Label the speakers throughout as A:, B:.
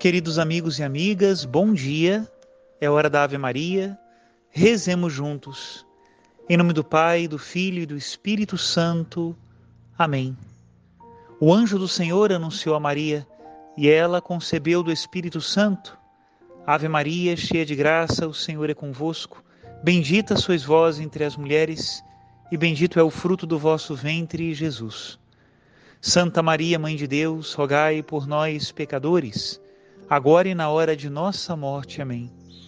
A: Queridos amigos e amigas, bom dia. É hora da Ave Maria. Rezemos juntos. Em nome do Pai, do Filho e do Espírito Santo. Amém. O anjo do Senhor anunciou a Maria, e ela concebeu do Espírito Santo. Ave Maria, cheia de graça, o Senhor é convosco. Bendita sois vós entre as mulheres, e bendito é o fruto do vosso ventre, Jesus. Santa Maria, Mãe de Deus, rogai por nós, pecadores, agora e na hora de nossa morte. Amém.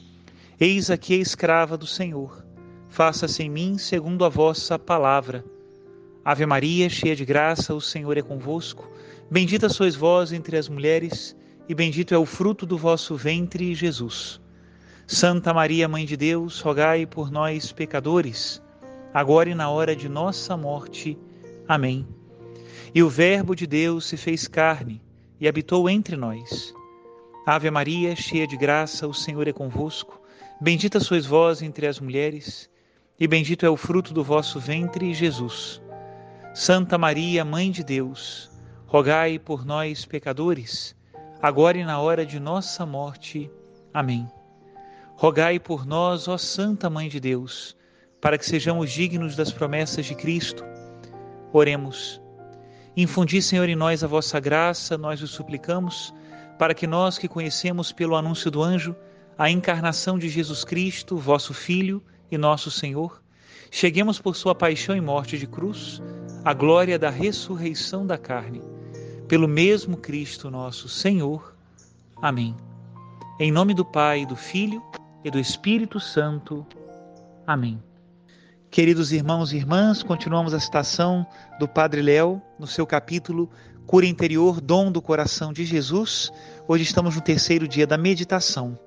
A: Eis aqui a escrava do Senhor. Faça-se em mim segundo a vossa palavra. Ave Maria, cheia de graça, o Senhor é convosco. Bendita sois vós entre as mulheres, e bendito é o fruto do vosso ventre, Jesus. Santa Maria, Mãe de Deus, rogai por nós, pecadores, agora e na hora de nossa morte. Amém. E o Verbo de Deus se fez carne e habitou entre nós. Ave Maria, cheia de graça, o Senhor é convosco. Bendita sois vós entre as mulheres, e bendito é o fruto do vosso ventre, Jesus. Santa Maria, Mãe de Deus, rogai por nós, pecadores, agora e na hora de nossa morte. Amém. Rogai por nós, ó Santa Mãe de Deus, para que sejamos dignos das promessas de Cristo. Oremos. Infundi, Senhor, em nós a vossa graça, nós o suplicamos, para que nós que conhecemos pelo anúncio do anjo a encarnação de Jesus Cristo, vosso Filho e nosso Senhor, cheguemos por sua paixão e morte de cruz, à glória da ressurreição da carne, pelo mesmo Cristo nosso Senhor. Amém. Em nome do Pai, do Filho e do Espírito Santo. Amém. Queridos irmãos e irmãs, continuamos a citação do Padre Léo, no seu capítulo Cura Interior, Dom do Coração de Jesus. Hoje estamos no terceiro dia da meditação.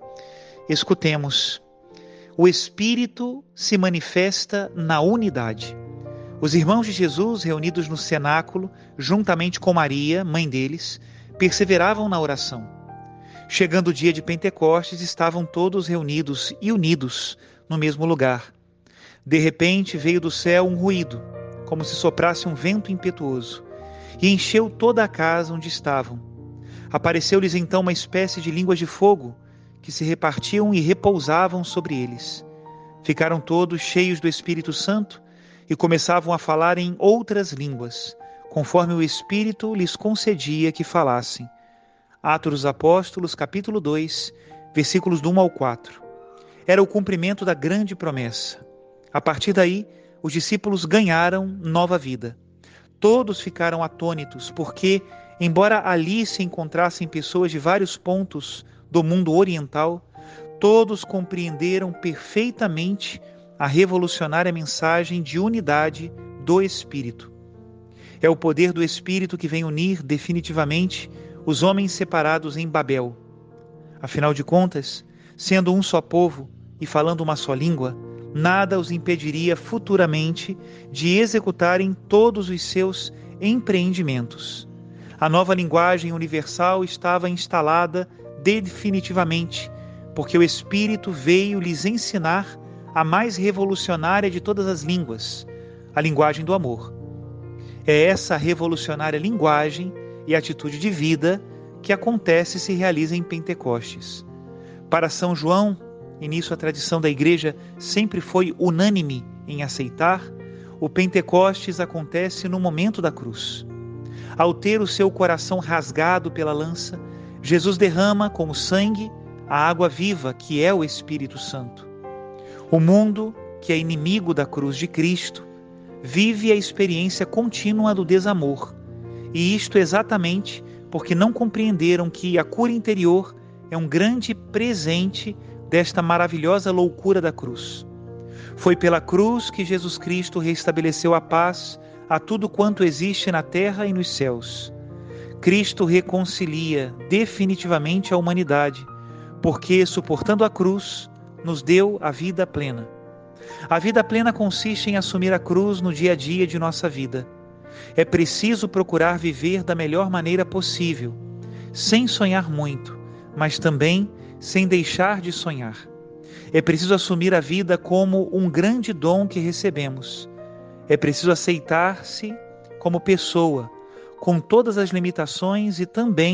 A: Escutemos. O Espírito se manifesta na unidade. Os irmãos de Jesus, reunidos no cenáculo, juntamente com Maria, mãe deles, perseveravam na oração. Chegando o dia de Pentecostes, estavam todos reunidos e unidos no mesmo lugar. De repente veio do céu um ruído, como se soprasse um vento impetuoso, e encheu toda a casa onde estavam. Apareceu-lhes então uma espécie de línguas de fogo, que se repartiam e repousavam sobre eles. Ficaram todos cheios do Espírito Santo e começavam a falar em outras línguas, conforme o Espírito lhes concedia que falassem. Atos dos Apóstolos, capítulo 2, versículos do 1 ao 4. Era o cumprimento da grande promessa. A partir daí, os discípulos ganharam nova vida. Todos ficaram atônitos, porque, embora ali se encontrassem pessoas de vários pontos do mundo oriental, todos compreenderam perfeitamente a revolucionária mensagem de unidade do Espírito. É o poder do Espírito que vem unir definitivamente os homens separados em Babel. Afinal de contas, sendo um só povo e falando uma só língua, nada os impediria futuramente de executarem todos os seus empreendimentos. A nova linguagem universal estava instalada definitivamente, porque o Espírito veio lhes ensinar a mais revolucionária de todas as línguas, a linguagem do amor. É essa revolucionária linguagem e atitude de vida que acontece e se realiza em Pentecostes. Para São João, e nisso a tradição da Igreja sempre foi unânime em aceitar, o Pentecostes acontece no momento da cruz. Ao ter o seu coração rasgado pela lança, Jesus derrama como sangue a água viva que é o Espírito Santo. O mundo, que é inimigo da cruz de Cristo, vive a experiência contínua do desamor, e isto exatamente porque não compreenderam que a cura interior é um grande presente desta maravilhosa loucura da cruz. Foi pela cruz que Jesus Cristo restabeleceu a paz a tudo quanto existe na terra e nos céus. Cristo reconcilia definitivamente a humanidade, porque, suportando a cruz, nos deu a vida plena. A vida plena consiste em assumir a cruz no dia a dia de nossa vida. É preciso procurar viver da melhor maneira possível, sem sonhar muito, mas também sem deixar de sonhar. É preciso assumir a vida como um grande dom que recebemos. É preciso aceitar-se como pessoa, com todas as limitações e também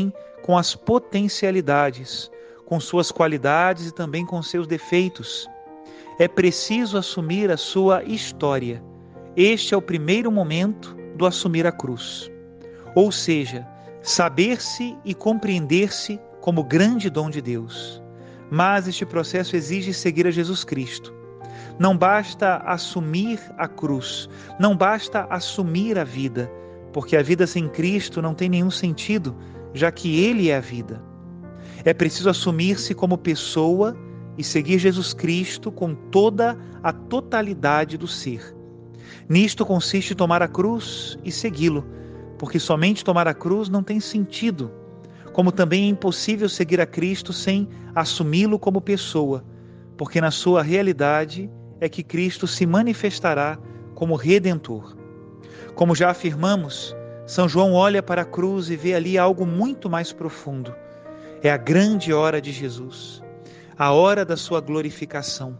A: com as potencialidades, com suas qualidades e também com seus defeitos. É preciso assumir a sua história. Este é o primeiro momento do assumir a cruz. Ou seja, saber-se e compreender-se como grande dom de Deus. Mas este processo exige seguir a Jesus Cristo. Não basta assumir a cruz, não basta assumir a vida, porque a vida sem Cristo não tem nenhum sentido, já que Ele é a vida. É preciso assumir-se como pessoa e seguir Jesus Cristo com toda a totalidade do ser. Nisto consiste tomar a cruz e segui-lo, porque somente tomar a cruz não tem sentido, como também é impossível seguir a Cristo sem assumi-lo como pessoa, porque na sua realidade é que Cristo se manifestará como Redentor. Como já afirmamos, São João olha para a cruz e vê ali algo muito mais profundo. É a grande hora de Jesus, a hora da sua glorificação.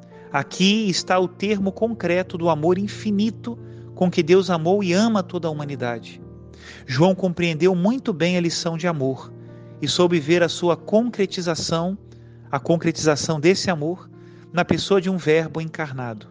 A: Aqui está o termo concreto do amor infinito com que Deus amou e ama toda a humanidade. João compreendeu muito bem a lição de amor e soube ver a sua concretização, a concretização desse amor, na pessoa de um Verbo encarnado.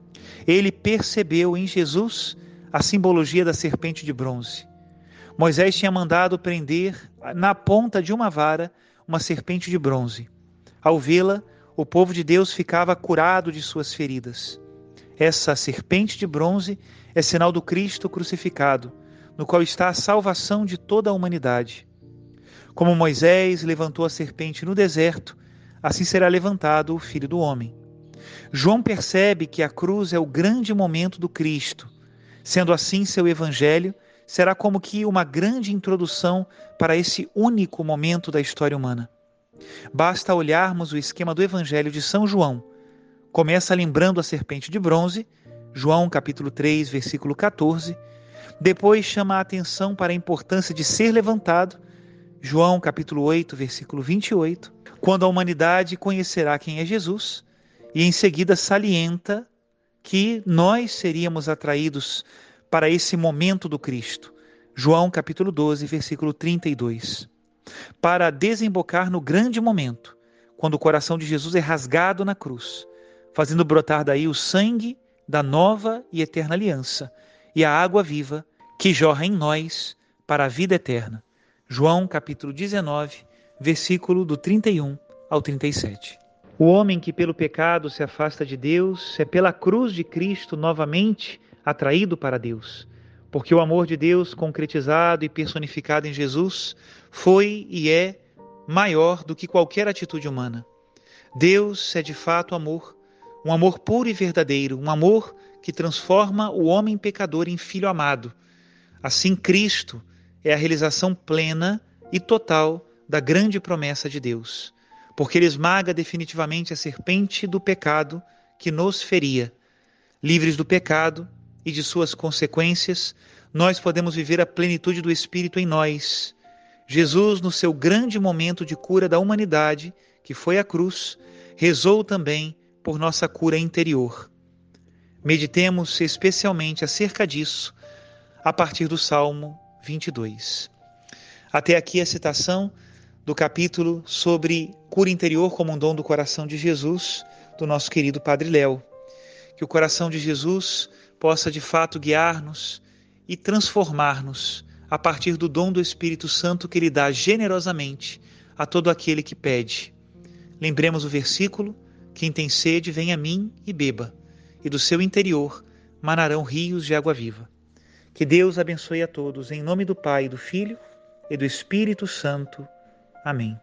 A: Ele percebeu em Jesus a simbologia da serpente de bronze. Moisés tinha mandado prender na ponta de uma vara uma serpente de bronze. Ao vê-la, o povo de Deus ficava curado de suas feridas. Essa serpente de bronze é sinal do Cristo crucificado, no qual está a salvação de toda a humanidade. Como Moisés levantou a serpente no deserto, assim será levantado o Filho do Homem. João percebe que a cruz é o grande momento do Cristo. Sendo assim, seu evangelho será como que uma grande introdução para esse único momento da história humana. Basta olharmos o esquema do evangelho de São João. Começa lembrando a serpente de bronze, João capítulo 3, versículo 14. Depois chama a atenção para a importância de ser levantado, João capítulo 8, versículo 28, quando a humanidade conhecerá quem é Jesus, e em seguida salienta que nós seríamos atraídos para esse momento do Cristo, João capítulo 12, versículo 32, para desembocar no grande momento, quando o coração de Jesus é rasgado na cruz, fazendo brotar daí o sangue da nova e eterna aliança, e a água viva que jorra em nós para a vida eterna. João capítulo 19, versículo do 31 ao 37. O homem que pelo pecado se afasta de Deus é pela cruz de Cristo novamente atraído para Deus, porque o amor de Deus concretizado e personificado em Jesus foi e é maior do que qualquer atitude humana. Deus é de fato amor, um amor puro e verdadeiro, um amor que transforma o homem pecador em filho amado. Assim, Cristo é a realização plena e total da grande promessa de Deus, porque Ele esmaga definitivamente a serpente do pecado que nos feria. Livres do pecado e de suas consequências, nós podemos viver a plenitude do Espírito em nós. Jesus, no seu grande momento de cura da humanidade, que foi a cruz, rezou também por nossa cura interior. Meditemos especialmente acerca disso a partir do Salmo 22. Até aqui a citação do capítulo sobre cura interior como um dom do coração de Jesus, do nosso querido Padre Léo. Que o coração de Jesus possa de fato guiar-nos e transformar-nos a partir do dom do Espírito Santo que Ele dá generosamente a todo aquele que pede. Lembremos o versículo: quem tem sede, vem a mim e beba, e do seu interior manarão rios de água viva. Que Deus abençoe a todos, em nome do Pai, do Filho e do Espírito Santo. Amém.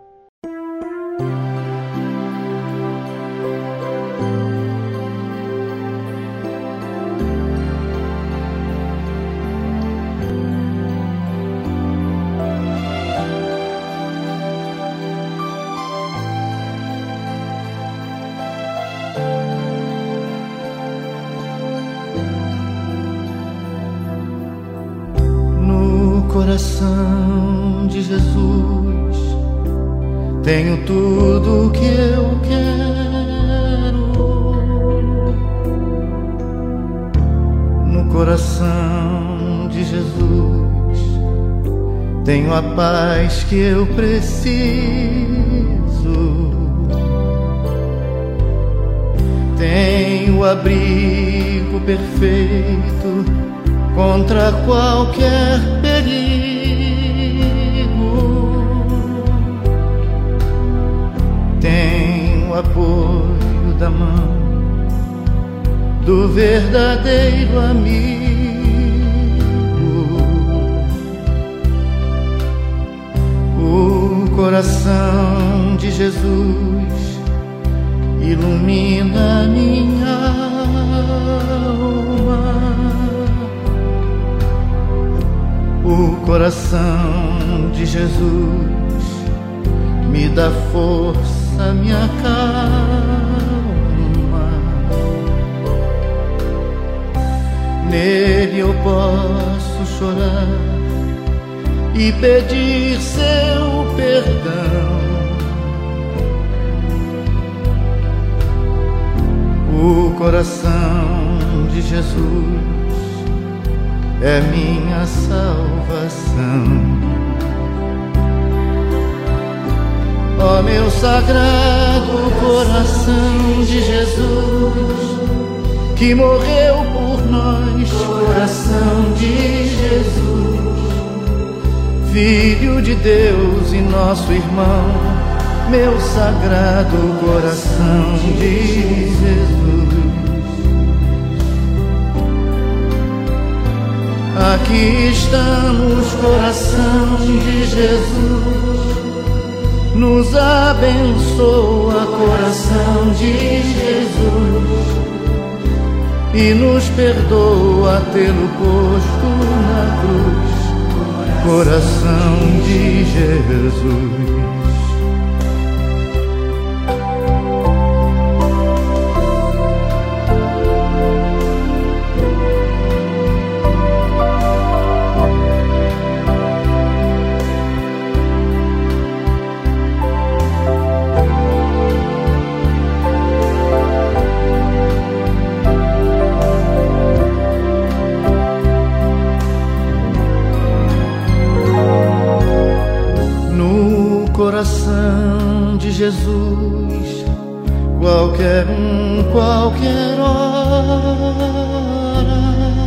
B: No coração de Jesus tenho tudo o que eu quero. No coração de Jesus tenho a paz que eu preciso. Tenho o abrigo perfeito contra qualquer perigo. Tenho o apoio da mão do verdadeiro amigo. O coração de Jesus ilumina minha alma. O coração de Jesus me dá força, me acalma. Nele eu posso chorar e pedir seu perdão. O coração de Jesus é minha salvação. Ó meu sagrado coração de Jesus, que morreu por nós, coração de Jesus, Filho de Deus e nosso irmão, meu sagrado coração de Jesus. Aqui estamos, coração de Jesus, nos abençoa, coração de Jesus, e nos perdoa tê-lo posto na cruz, coração de Jesus. Coração de Jesus, qualquer qualquer hora,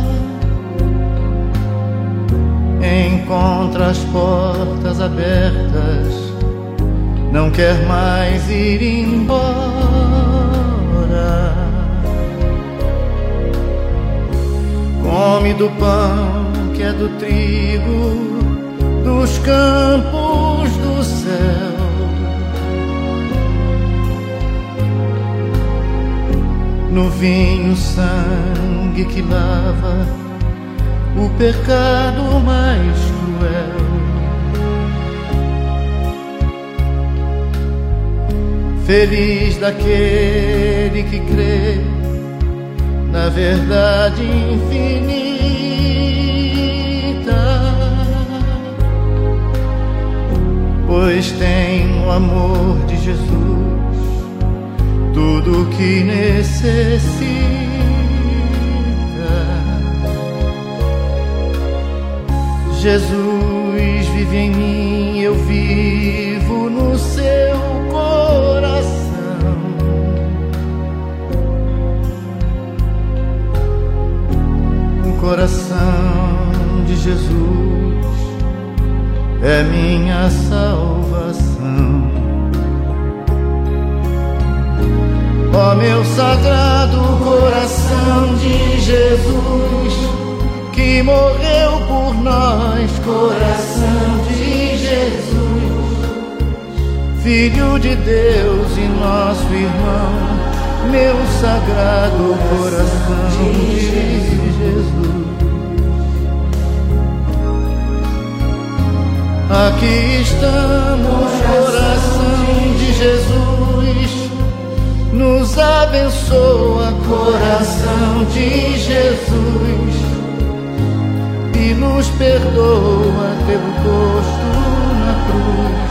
B: encontra as portas abertas, não quer mais ir embora. Come do pão que é do trigo, dos campos do céu. No vinho sangue que lava o pecado mais cruel. Feliz daquele que crê na verdade infinita, pois tem o amor de Jesus tudo que necessita. Jesus vive em mim, eu vivo no seu coração. O coração de Jesus é minha salvação. Ó meu sagrado coração de Jesus, que morreu por nós, coração de Jesus, Filho de Deus e nosso irmão, meu sagrado coração de Jesus. Aqui estamos, coração de Jesus, nos abençoa, coração de Jesus, e nos perdoa pelo posto na cruz,